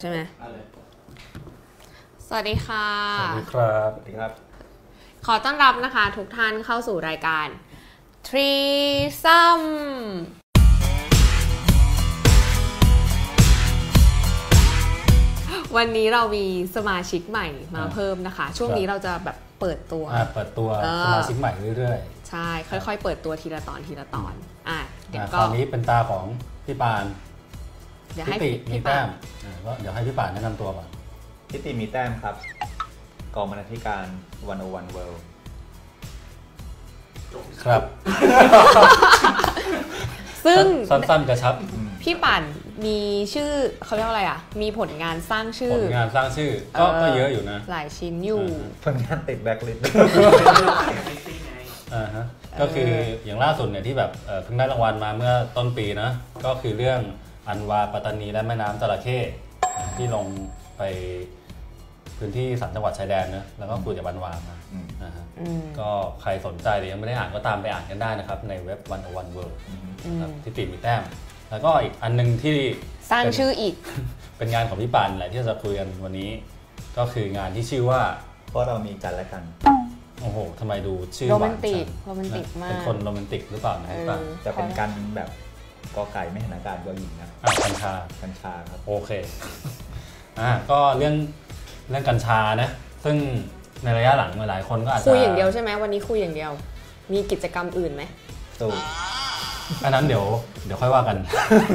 ใช่ไหมสวัสดีค่ะสวัสดีครับสวัสดีครับขอต้อนรับนะคะทุกท่านเข้าสู่รายการ Threesome วันนี้เรามีสมาชิกใหม่มาเพิ่มนะคะช่วงนี้เราจะแบบเปิดตัวสมาชิกใหม่เรื่อยๆใช่ค่อยๆเปิดตัวทีละตอนเดี๋ยวก็คราวนี้เป็นตาของพี่ปานพิติมีแต้มเดี๋ยวให้พี่ปานแนะนำตัวก่อนพิติมีแต้มครับกองบรรณาธิการ101 World ครับซึ่งสั้นๆกระชับพี่ป่านมีชื่อเขาเรียกว่าอะไรอ่ะมีผลงานสร้างชื่อก็เยอะอยู่นะหลายชิ้นอยู่ผลงานติดแบ็คลิสต์ก็คืออย่างล่าสุดเนี่ยที่แบบเพิ่งได้รางวัลมาเมื่อต้นปีนะก็คือเรื่องอันวาปัตตานีและแม่น้ำจระเข้ที่ลงไปพื้นที่3จังหวัดชายแดนนะแล้วก็คุยกับอันวามาก็ใครสนใจหรือยังไม่ได้อ่านก็ตามไปอ่านกันได้นะครับในเว็บ101 World ที่ติดมีแต้มแล้วก็อีกอันนึงที่สร้างชื่ออีกเป็นงานของพี่ปานแหละที่จะคุยกันวันนี้ก็คืองานที่ชื่อว่าเพราะเรามีกันและกันโอ้โหทำไมดูชื่อโรแมนติกมากเป็นคนโรแมนติกหรือเปล่าจะเป็นกันแบบกอไก่ไม่หันอากาศก็ยิงนะกัญชาครับโอเคก็เรื่องกัญชานะซึ่งในระยะหลังหลายคนก็อาจจะคุยอย่างเดียวใช่ไหมวันนี้คุยอย่างเดียวมีกิจกรรมอื่นไหมสู้อันนั้นเดี๋ยวค่อยว่ากัน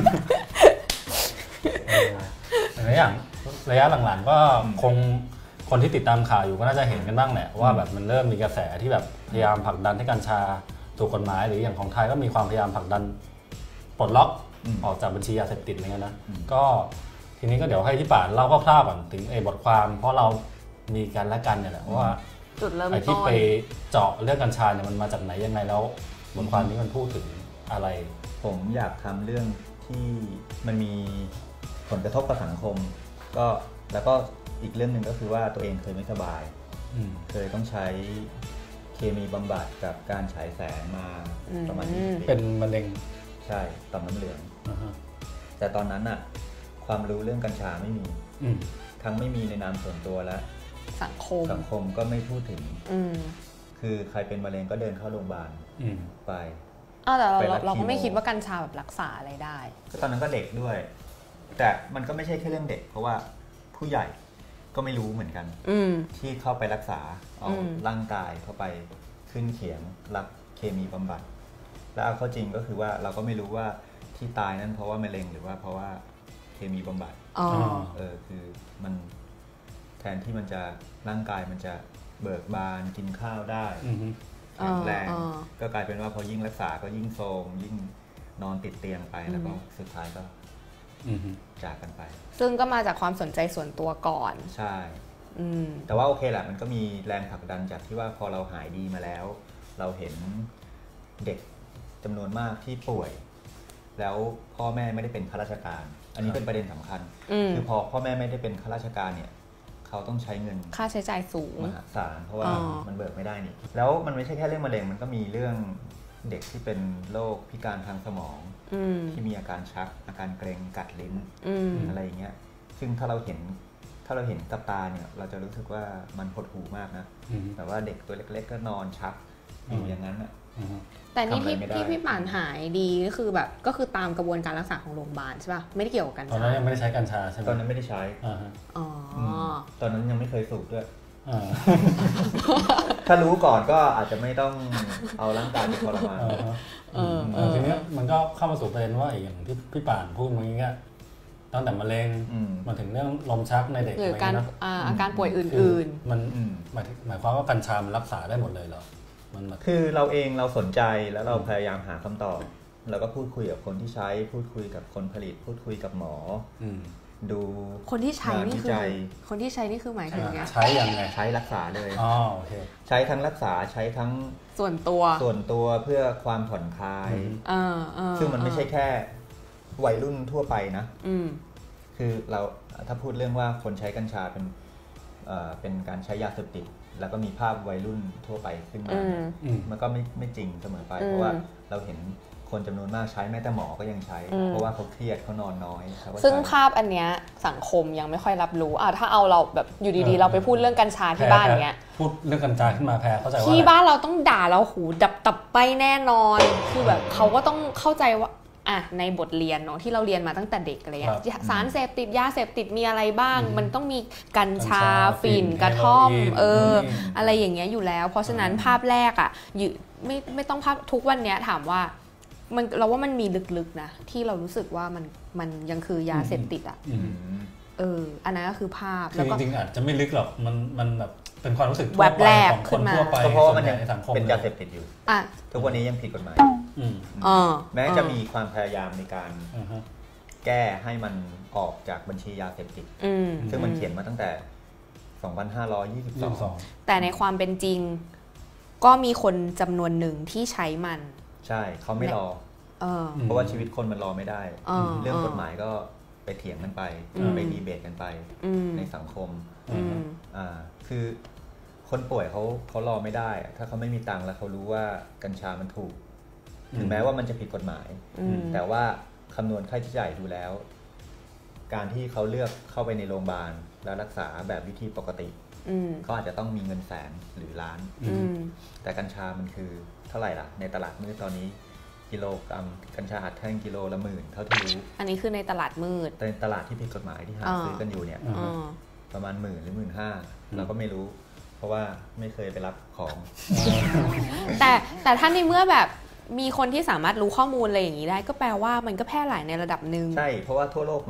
ระยะหลังๆก็คงคนที่ติดตามข่าวอยู่ก็น่าจะเห็นกันบ้างแหละว่าแบบมันเริ่มมีกระแสที่แบบพยายามผลักดันให้กัญชาถูกกฎหมายหรืออย่างของไทยก็มีความพยายามผลักดันปลดล็อกออกจากบัญชียาเสพติดอะไรเงี้ยนะก็ทีนี้ก็เดี๋ยวให้พี่ป่านเล่าคร่าวๆก่อนถึงบทความเพราะเรามีกันและกันเนี่ยแหละว่าจุดเริ่มต้นไอ้ที่ไปเจาะเรื่องกัญชาเนี่ยมันมาจากไหนยังไงแล้วบทความนี้มันพูดถึงอะไรผมอยากทำเรื่องที่มันมีผลกระทบกับสังคมแล้วก็อีกเรื่องหนึ่งก็คือว่าตัวเองเคยไม่สบายเคยต้องใช้เคมีบำบัดกับการฉายแสงมาประมาณ20 ปีเป็นมะเร็งใช่ต่อมน้ำเหลืองแต่ตอนนั้นอะความรู้เรื่องกัญชาไม่มีทั้งไม่มีในนามส่วนตัวและสังคมก็ไม่พูดถึงคือใครเป็นมะเร็งก็เดินเข้าโรงพยาบาลไปแต่เราก็ไม่คิดว่ากัญชาแบบรักษาอะไรได้ก็ตอนนั้นก็เด็กด้วยแต่มันก็ไม่ใช่แค่เรื่องเด็กเพราะว่าผู้ใหญ่ก็ไม่รู้เหมือนกันที่เข้าไปรักษาเอาร่างกายเข้าไปขึ้นเขียงรับเคมีบำบัดแล้วเอาเข้าจริงก็คือว่าเราก็ไม่รู้ว่าที่ตายนั้นเพราะว่ามะเร็งหรือว่าเพราะว่าเคมีบำบัดคือมันแทนที่มันจะร่างกายมันจะเบิกบานกินข้าวได้แข็งแรงก็กลายเป็นว่าพอยิ่งรักษาก็ยิ่งโทรมยิ่งนอนติดเตียงไปแล้วก็สุดท้ายก็จากกันไปซึ่งก็มาจากความสนใจส่วนตัวก่อนใช่แต่ว่าโอเคแหละมันก็มีแรงผลักดันจากที่ว่าพอเราหายดีมาแล้วเราเห็นเด็กจำนวนมากที่ป่วยแล้วพ่อแม่ไม่ได้เป็นข้าราชการอันนี้เป็นประเด็นสำคัญคือพอพ่อแม่ไม่ได้เป็นข้าราชการเนี่ยเขาต้องใช้เงินค่าใช้จ่ายสูงมหาศาลเพราะว่ามันเบิกไม่ได้นี่แล้วมันไม่ใช่แค่เรื่องมะเร็งมันก็มีเรื่องเด็กที่เป็นโรคพิการทางสมองที่มีอาการชักอาการเกร็งกัดลิ้นอะไรอย่างเงี้ยซึ่งถ้าเราเห็นกับตาเนี่ยเราจะรู้สึกว่ามันหดหู่มากนะแต่ว่าเด็กตัวเล็กๆก็นอนชักอยู่อย่างนั้นอ่ะแต่นี่ที่พี่ป่านหายดีก็คือแบบก็คือตามกระบวนการรักษาของโรงพยาบาลใช่ป่ะไม่ได้เกี่ยวกับกัญชาตอนนั้นยังไม่ได้ใช้กัญชาใช่ไหมตอนนั้นไม่ได้ใช้ตอนนั้นยังไม่เคยสูบด้วยถ้ารู้ก่อนก็อาจจะไม่ต้องเอาร่างกายไปทรมานทีนี้มันก็เข้ามาสู่ประเด็นว่าอย่างที่พี่ป่านพูดเมื่อกี้ตั้งแต่มะเร็งมาถึงเรื่องลมชักในเด็กหรือการอาการป่วยอื่นๆมันหมายความว่ากัญชามันรักษาได้หมดเลยเหรอคือเราเองเราสนใจแล้วเราพยายามหาคำตอบเราก็พูดคุยกับคนที่ใช้พูดคุยกับคนผลิตพูดคุยกับหมอดูคนที่ใช้นี่คือหมายถึงไงใช้ยังไงใช้รักษาเลยโอเคใช้ทั้งรักษาใช้ทั้งส่วนตัวเพื่อความผ่อนคลายซึ่งมันไม่ใช่แค่วัยรุ่นทั่วไปนะคือเราถ้าพูดเรื่องว่าคนใช้กัญชาเป็นการใช้ยาเสพติดแล้วก็มีภาพวัยรุ่นทั่วไปขึ้นมามันก็ไม่จริงเสมอไปเพราะว่าเราเห็นคนจำนวนมากใช้แม้แต่หมอก็ยังใช้เพราะว่าเขาเครียดเขานอนน้อยซึ่งภาพอันเนี้ยสังคมยังไม่ค่อยรับรู้ถ้าเอาเราแบบอยู่ดีๆเราไปพูดเรื่องกัญชาที่บ้านอย่างเงี้ยพูดเรื่องกัญชาขึ้นมาแพรเข้าใจว่าที่บ้านเราต้องด่าเราหูดับตับไปแน่นอนคือแบบเขาก็ต้องเข้าใจว่าในบทเรียนเนาะที่เราเรียนมาตั้งแต่เด็กอะไรเงี้ยสารเสพติดยาเสพติดมีอะไรบ้างมันต้องมีกัญชาฝิ่นกระท่อมอะไรอย่างเงี้ยอยู่แล้วเพราะฉะนั้นภาพแรกไม่ต้องภาพทุกวันเนี้ยถามว่าเราว่ามันมีลึกๆนะที่เรารู้สึกว่ามันยังคือยาเสพติดอันนั้นก็คือภาพแล้วก็จริงๆอาจจะไม่ลึกหรอกมันแบบเป็นความรู้สึกทั่วไปของคนทั่วไปเพราะว่ามันยังเป็นยาเสพติดอยู่ทุกวันนี้ยังผิดกฎหมายแม้จะมีความพยายามในการแก้ให้มันออกจากบัญชียาเสพติดซึ่งมันเขียนมาตั้งแต่ 2522 แต่ในความเป็นจริงก็มีคนจำนวนหนึ่งที่ใช้มันใช่เขาไม่รอเพราะว่าชีวิตคนมันรอไม่ได้เรื่องกฎหมายก็ไปเถียงกันไปไปดีเบตกันไปในสังคมคือคนป่วยเขารอไม่ได้ถ้าเขาไม่มีตังค์แล้วเขารู้ว่ากัญชามันถูกถึงแม้ว่ามันจะผิดกฎหมายแต่ว่าคำนวณค่าใช้จ่ายดูแล้วการที่เขาเลือกเข้าไปในโรงพยาบาลแล้วรักษาแบบวิธีปกติเขาอาจจะต้องมีเงินแสนหรือล้านแต่กัญชามันคือเท่าไหร่ล่ะในตลาดมืดตอนนี้กิโลกรัมกัญชาหัดแท่งกิโลละ10,000เท่าที่รู้อันนี้คือในตลาดมืดในตลาดที่ผิดกฎหมายที่หาซื้อกันอยู่เนี่ยประมาณ10,000หรือ15,000เราก็ไม่รู้เพราะว่าไม่เคยไปรับของแต่ถ้าในเมื่อแบบมีคนที่สามารถรู้ข้อมูลอะไรอย่างนี้ได้ก็แปลว่ามันก็แพร่หลายในระดับหนึ่งใช่เพราะว่าทั่วโลก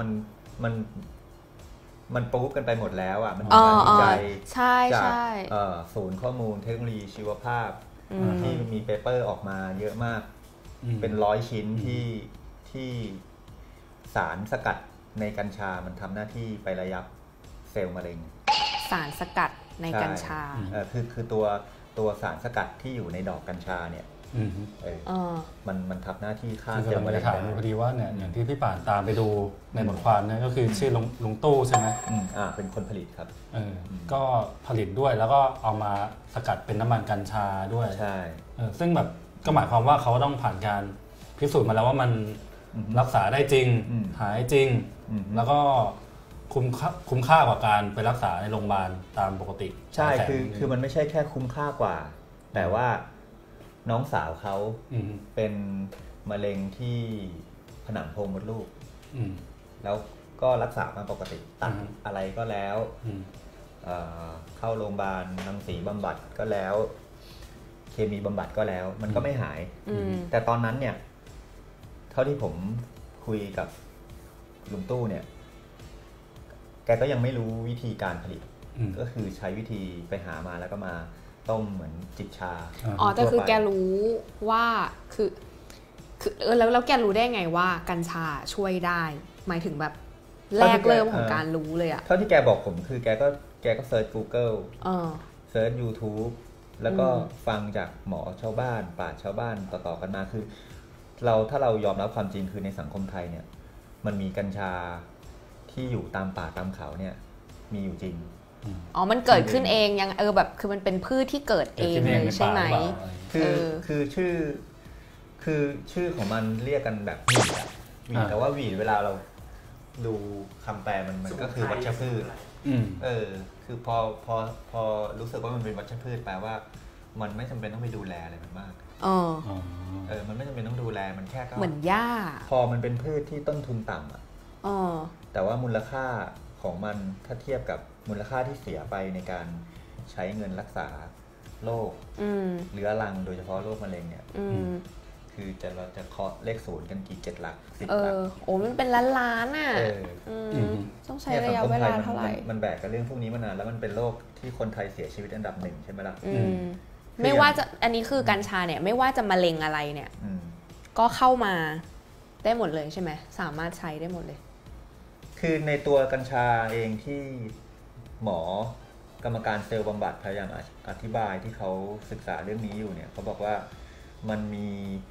มันปรูฟกันไปหมดแล้วมันมีงานวิจัยจากศูนย์ข้อมูลเทคโนโลยีชีวภาพที่มีเปเปอร์ออกมาเยอะมากเป็น100 ชิ้นที่สารสกัดในกัญชามันทำหน้าที่ไประยับเซลล์มะเร็งสารสกัดในกัญชาคือตัวสารสกัดที่อยู่ในดอกกัญชาเนี่ยมันทำหน้าที่ฆ่าเซลล์มะเร็งถามพอดีว่าเนี่ยอย่างที่พี่ป่านตามไปดูในบทความเนี่ยก็คือชื่อลุงตู้ใช่ไหมเป็นคนผลิตครับก็ผลิตด้วยแล้วก็เอามาสกัดเป็นน้ำมันกัญชาด้วยใช่ซึ่งแบบก็หมายความว่าเขาต้องผ่านการพิสูจน์มาแล้วว่ามันรักษาได้จริงหายจริงแล้วก็คุ้มค่ากว่าการไปรักษาในโรงพยาบาลตามปกติใช่คือมันไม่ใช่แค่คุ้มค่ากว่าแต่ว่าน้องสาวเขาเป็นมะเร็งที่ผนังโพรงมดลูกแล้วก็รักษามาปกติตัดอะไรก็แล้วเข้าโรงพยาบาลรังสีบำบัดก็แล้วเคมีบำบัดก็แล้วมันก็ไม่หายแต่ตอนนั้นเนี่ยเท่าที่ผมคุยกับลุงตู้เนี่ยแกก็ยังไม่รู้วิธีการผลิตก็คือใช้วิธีไปหามาแล้วก็มาต้มเหมือนจิบชาแต่คือแกรู้ว่าคือแล้วแกรู้ได้ไงว่ากัญชาช่วยได้หมายถึงแบบแรกเริ่มของการรู้เลยอะเท่าที่แกบอกผมคือแกก็เซิร์ช Google เซิร์ช YouTube แล้วก็ฟังจากหมอชาวบ้านปราชญ์ชาวบ้านต่อๆกันมาคือถ้าเรายอมรับความจริงคือในสังคมไทยเนี่ยมันมีกัญชาที่อยู่ตามป่าตามเขาเนี่ยมีอยู่จริงมันเกิดขึ้นเองยังแบบคือมันเป็นพืชที่เกิดเองเลยใช่ไหมคือชื่อของมันเรียกกันแบบวีดแต่ว่าวีดเวลาเราดูคำแปลมันก็คือวัชพืชคือพอรู้สึกว่ามันเป็นวัชพืชแปลว่ามันไม่จำเป็นต้องไปดูแลอะไรมันมากมันไม่จำเป็นต้องดูแลมันแค่ก็เหมือนหญ้าพอมันเป็นพืชที่ต้นทุนต่ำแต่ว่ามูลค่าของมันถ้าเทียบกับมูลค่าที่เสียไปในการใช้เงินรักษาโรคเรื้อรังโดยเฉพาะโรคมะเร็งเนี่ยคือเราจะเคาะเลขศูนย์กันกี่7 หลัก10 หลักมันเป็นล้านๆอ่ะต้องใช้ระยะเวลาเท่าไหร่มันแบกกับเรื่องพวกนี้มานานแล้วมันเป็นโรคที่คนไทยเสียชีวิตอันดับ1ใช่ไหมล่ะไม่ว่าจะอันนี้คือกัญชาเนี่ยไม่ว่าจะมะเร็งอะไรเนี่ยก็เข้ามาได้หมดเลยใช่ไหมสามารถใช้ได้หมดเลยคือในตัวกัญชาเองที่หมอกรรมการเซลล์บำบัดพยายามอธิบายที่เขาศึกษาเรื่องนี้อยู่เนี่ยเขาบอกว่ามันมี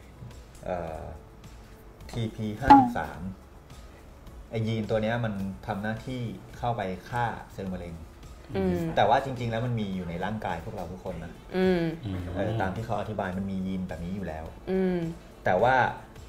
TP53 ไอยีนตัวนี้มันทำหน้าที่เข้าไปฆ่าเซลล์มะเร็งแต่ว่าจริงๆแล้วมันมีอยู่ในร่างกายพวกเราทุกคนนะตามที่เขาอธิบายมันมียีนแบบนี้อยู่แล้วแต่ว่า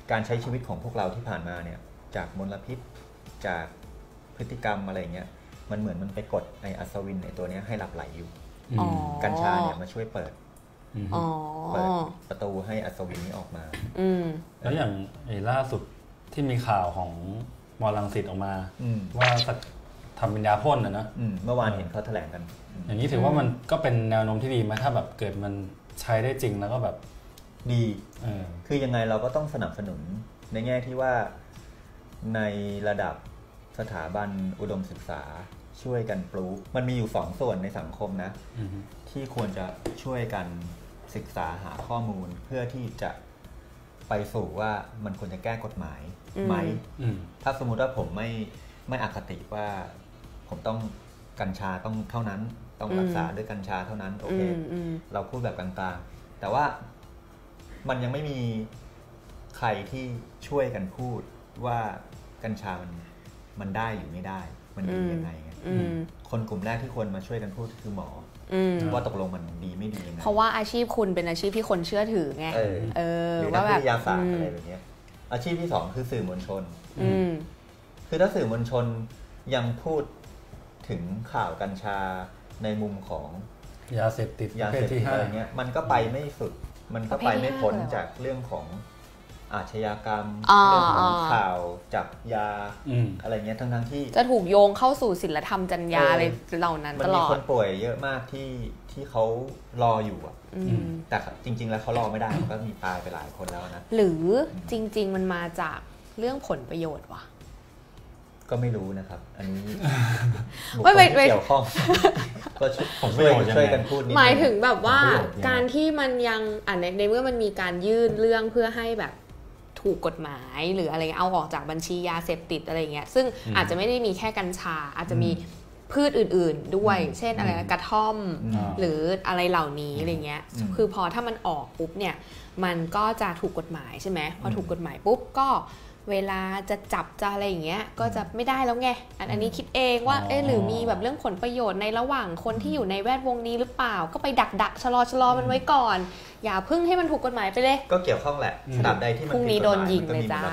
การใช้ชีวิตของพวกเราที่ผ่านมาเนี่ยจากมลพิษจากพฤติกรรมอะไรเงี้ยมันเหมือนมันไปกดไออัศวินในตัวเนี้ยให้หลับไหลอยู่กัญชาเนี่ยมาช่วยเปิดประตูให้อัศวินนี้ออกมาแล้วอย่างล่าสุดที่มีข่าวของมอลังสิตออกมาว่าทำเป็นยาพ่นนะเมื่อวานเห็นเขาแถลงกันอย่างนี้ถือว่ามันก็เป็นแนวโน้มที่ดีไหมถ้าแบบเกิดมันใช้ได้จริงแล้วก็แบบดีคือยังไงเราก็ต้องสนับสนุนในแง่ที่ว่าในระดับสถาบันอุดมศึกษาช่วยกันปลูกมันมีอยู่2ส่วนในสังคมนะที่ควรจะช่วยกันศึกษาหาข้อมูลเพื่อที่จะไปสู่ว่ามันควรจะแก้กฎหมายไหมถ้าสมมุติว่าผมไม่อคติว่าผมต้องกัญชาต้องเท่านั้นต้องรักษาด้วยกัญชาเท่านั้นโอเคเราพูดแบบกลางๆแต่ว่ามันยังไม่มีใครที่ช่วยกันพูดว่ากัญชามันได้หรือไม่ได้มันดียังไงคนกลุ่มแรกที่ควรมาช่วยกันพูดคือหมอว่าตกลงมันดีไม่ดียังไงเพราะว่าอาชีพคุณเป็นอาชีพที่คนเชื่อถือไงหรือนักวิทยาศาสตร์อะไรแบบนี้อาชีพที่2คือสื่อมวลชนคือถ้าสื่อมวลชนยังพูดถึงข่าวกัญชาในมุมของยาเสพติดอะไรเงี้ยมันก็ไปไม่สุดมันก็ไปไม่พ้นจากเรื่องของอาชญากรรมเรื่องของข่าวจับยาอะไรเงี้ยทั้งที่จะถูกโยงเข้าสู่ศีลธรรมจรรยาอะไรเหล่านั้นตลอดมันมีคนป่วยเยอะมากที่เขารออยู่อ่ะแต่จริงๆแล้วเขารอไม่ได้มันก็มีตายไปหลายคนแล้วนะหรือจริงๆมันมาจากเรื่องผลประโยชน์วะก็ไม่รู้นะครับอันนี้ไม่เกี่ยวข้องก็ช่วยกันพูดหมายถึงแบบว่าการที่มันยังในเมื่อมันมีการยื่นเรื่องเพื่อให้แบบถูกกฎหมายหรืออะไรเอาออกจากบัญชียาเสพติดอะไรเงี้ยซึ่งอาจจะไม่ได้มีแค่กัญชาอาจจะมีพืชอื่นๆด้วยเช่นอะไรกระท่อมหรืออะไรเหล่านี้อะไรเงี้ยคือพอถ้ามันออกปุ๊บเนี่ยมันก็จะถูกกฎหมายใช่ไหมพอถูกกฎหมายปุ๊บก็เวลาจะจับจะอะไรอย่างเงี้ยก็จะไม่ได้แล้วไงอันนี้คิดเองว่าหรือมีแบบเรื่องผลประโยชน์ในระหว่างคนที่อยู่ในแวดวงนี้หรือเปล่าก็ไปดักชะลอมันไว้ก่อนอย่าพึ่งให้มันถูกกฎหมายไปเลยก็เกี่ยวข้องแหละตราบใดที่มันพรุ่งนี้โดนยิงเลยจ้า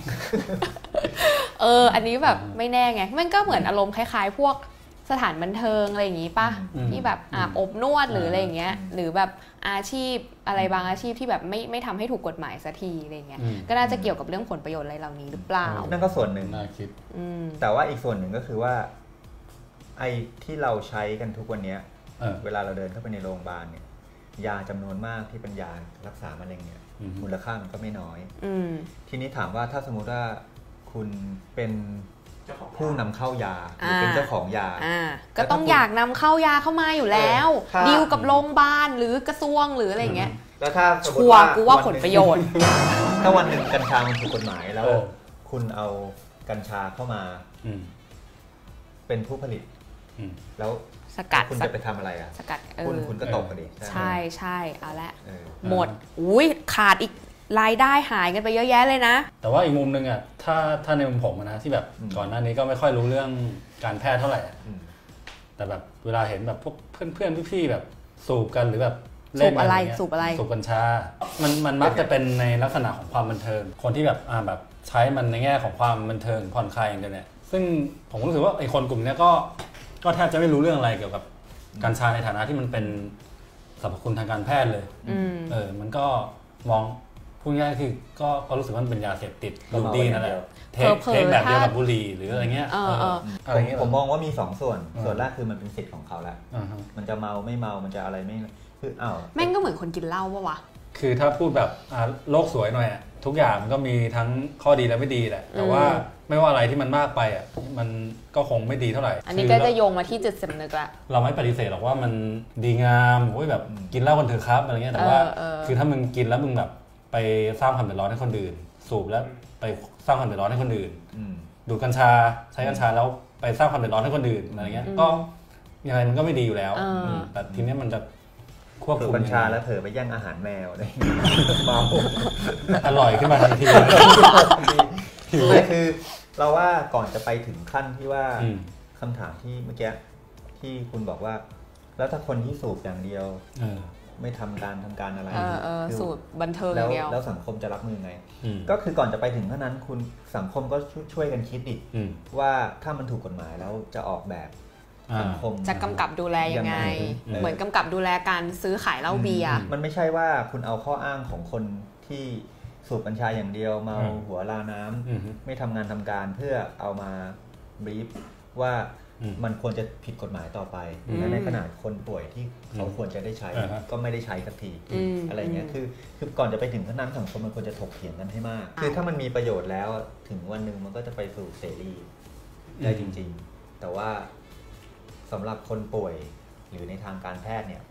อันนี้แบบไม่แน่ไงมันก็เหมือนอารมณ์คล้ายๆพวกสถานบันเทิงอะไรอย่างงี้ป่ะที่แบบอาบอบนวดหรืออะไรอย่างเงี้ยหรือแบบอาชีพอะไรบางอาชีพที่แบบไม่ทำให้ถูกกฎหมายสักทีอะไรเงี้ยก็น่าจะเกี่ยวกับเรื่องผลประโยชน์อะไรเหล่านี้หรือเปล่านั่นก็ส่วนหนึ่งน่าคิดแต่ว่าอีกส่วนหนึ่งก็คือว่าไอ้ที่เราใช้กันทุกวันนี้เวลาเราเดินเข้าไปในโรงพยาบาลเนี่ยยาจำนวนมากที่เป็นยารักษามะเร็งเนี่ยมูลค่ามันก็ไม่น้อยทีนี้ถามว่าถ้าสมมุติว่าคุณเป็นผู้นำเข้ายาหรือเป็นเจ้าของยาก็ต้องอยากนำเข้ายาเข้ามาอยู่แล้วดีลกับโรงพยาบาลหรือกระทรวงหรืออะไรเงี้ยแล้วถ้าสมมติว่ากูว่าผลประโยชน์ถ้าวันหนึ่งกัญชามันถูกกฎหมายแล้วคุณเอากัญชาเข้ามาเป็นผู้ผลิตแล้วสกัดคุณจะไปทำอะไรอ่ะสกัดคุณก็ตกกันดิใช่เอาละหมดอุ้ยขาดอีกรายได้หายกันไปเยอะแยะเลยนะแต่ว่าอีกมุมนึงอ่ะถ้าในมุมผมนะที่แบบก่อนหน้านี้ก็ไม่ค่อยรู้เรื่องการแพทย์เท่าไหร่แต่แบบเวลาเห็นแบบพวกเพื่อนพี่ๆแบบสูบกันหรือแบบเล่นอะไรสูบกัญชามันมักจะเป็นในลักษณะของความบันเทิงคนที่แบบแบบใช้มันในแง่ของความบันเทิงผ่อนคลายอย่างเดียวเนี่ยซึ่งผมรู้สึกว่าไอ้คนกลุ่มนี้ก็แทบจะไม่รู้เรื่องอะไรเกี่ยวกับกัญชาในฐานะที่มันเป็นสรรพคุณทางการแพทย์เลยมันก็มองพูดง่ายคือก็รู้สึกว่ามันเป็นยาเสพติดดูดีนั่นแหละเทคแบบเดียวกับบุหรี่หรืออะไรเงี้ยผมมองว่ามี2ส่วนแรกคือมันเป็นสิทธิ์ของเขาแล้วมันจะเมาไม่เมามันจะอะไรไม่คือแม่งก็เหมือนคนกินเหล้าป่ะวะคือถ้าพูดแบบโลกสวยหน่อยทุกอย่างมันก็มีทั้งข้อดีและไม่ดีแหละแต่ว่าไม่ว่าอะไรที่มันมากไปมันก็คงไม่ดีเท่าไหร่อันนี้ก็จะโยงมาที่จุดสำนึกละเราไม่ปฏิเสธหรอกว่ามันดีงามโอ้ยแบบกินเหล้ากันเถอะครับอะไรเงี้ยแต่ว่าคือถ้ามึงกินแล้วมึงแบบไปสร้างความเดือดร้อนให้คนอื่นสูบแล้วไปสร้างความเดือดร้อนให้คนอื่นดูดกัญชาใช้กัญชาแล้วไปสร้างความเดือดร้อนให้คนอื่นอะไรเงี้ยก็ยังไงมันก็ไม่ดีอยู่แล้วแต่ทีนี้มันจะควบคุมกัญชาแล้วเผลอไปแย่งอาหารแมวอะไรเมาอร่อยขึ้นมาทันทีไม่คือเราว่าก่อนจะไปถึงขั้นที่ว่าคำถามที่เมื่อกี้ที่คุณบอกว่าแล้วถ้าคนที่สูบอย่างเดียวไม่ทำการอะไรคือสูตรบันเทิงแล้วเดียวแล้วสังคมจะรับมือไงก็คือก่อนจะไปถึงเท่านั้นคุณสังคมก็ช่วยกันคิดดิว่าถ้ามันถูกกฎหมายแล้วจะออกแบบสังคมจะกำกับดูแลยังไงเหมือนกำกับดูแลการซื้อขายเหล้าเบียร์มันไม่ใช่ว่าคุณเอาข้ออ้างของคนที่สูบกัญชาอย่างเดียวเมาหัวลาน้ำไม่ทำงานทำการเพื่อเอามาบรีฟว่ามันควรจะผิดกฎหมายต่อไปและในขนาดคนป่วยที่เขาควรจะได้ใช้ก็ไม่ได้ใช้สักทีอะไรเงี้ยคือก่อนจะไปถึงขั้นนั้นสังคมมันควรจะถกเถียงกันให้มากคือถ้ามันมีประโยชน์แล้วถึงวันหนึ่งมันก็จะไปสู่เสรีได้จริงๆแต่ว่าสำหรับคนป่วยหรือในทางการแพทย์เนี่ย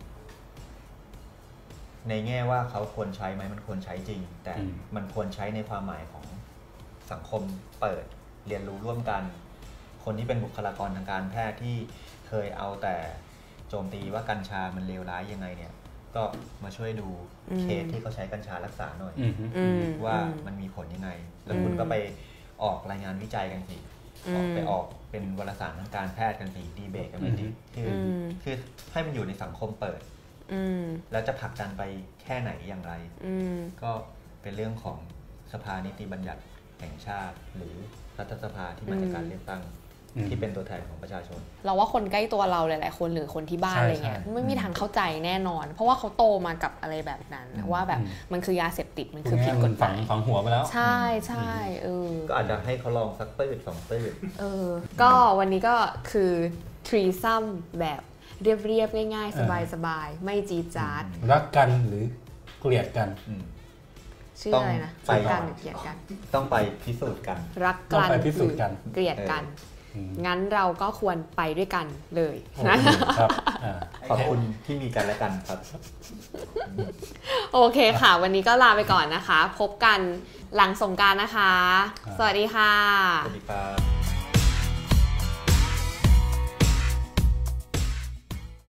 ในแง่ว่าเขาควรใช้ไหมมันควรใช้จริงแต่มันควรใช้ในความหมายของสังคมเปิดเรียนรู้ร่วมกันคนที่เป็นบุคลากรทางการแพทย์ที่เคยเอาแต่โจมตีว่ากัญชามันเลวร้ายยังไงเนี่ยก็มาช่วยดูเคสที่เขาใช้กัญชารักษาหน่อยว่ามันมีผลยังไงแล้วคุณก็ไปออกรายงานวิจัยกันสิไปออกเป็นวารสารทางการแพทย์กันสิดีเบตกันไปสิคือให้มันอยู่ในสังคมเปิดแล้วจะผลักดันไปแค่ไหนอย่างไรก็เป็นเรื่องของสภานิติบัญญัติแห่งชาติหรือรัฐสภาที่มาจากการเลือกตั้งที่เป็นตัวแทนของประชาชนเราว่าคนใกล้ตัวเราหลายๆคนหรือคนที่บ้านอะไรเงี้ยไม่มีทางเข้าใจแน่นอนเพราะว่าเขาโตมากับอะไรแบบนั้นว่าแบบมันคือยาเสพติดมันคือผิดกฎหมายฝังหัวไปแล้วใช่ใช่ก็อาจจะให้เขาลองสักตื้น2ตื้นก็วันนี้ก็คือทรีซัมแบบเรียบๆง่ายๆสบายๆไม่จี๊ดจ๊าดรักกันหรือเกลียดกันชื่ออะไรนะรักกันหรือเกลียดกันต้องไปพิสูจน์กันรักกันหรือเกลียดกันงั้นเราก็ควรไปด้วยกันเลยนะครับขอบคุณที่มีกันและกันครับโอเคค่ะวันนี้ก็ลาไปก่อนนะคะพบกันหลังสงกรานต์นะคะสวัสดีค่ะสวัสดีครับ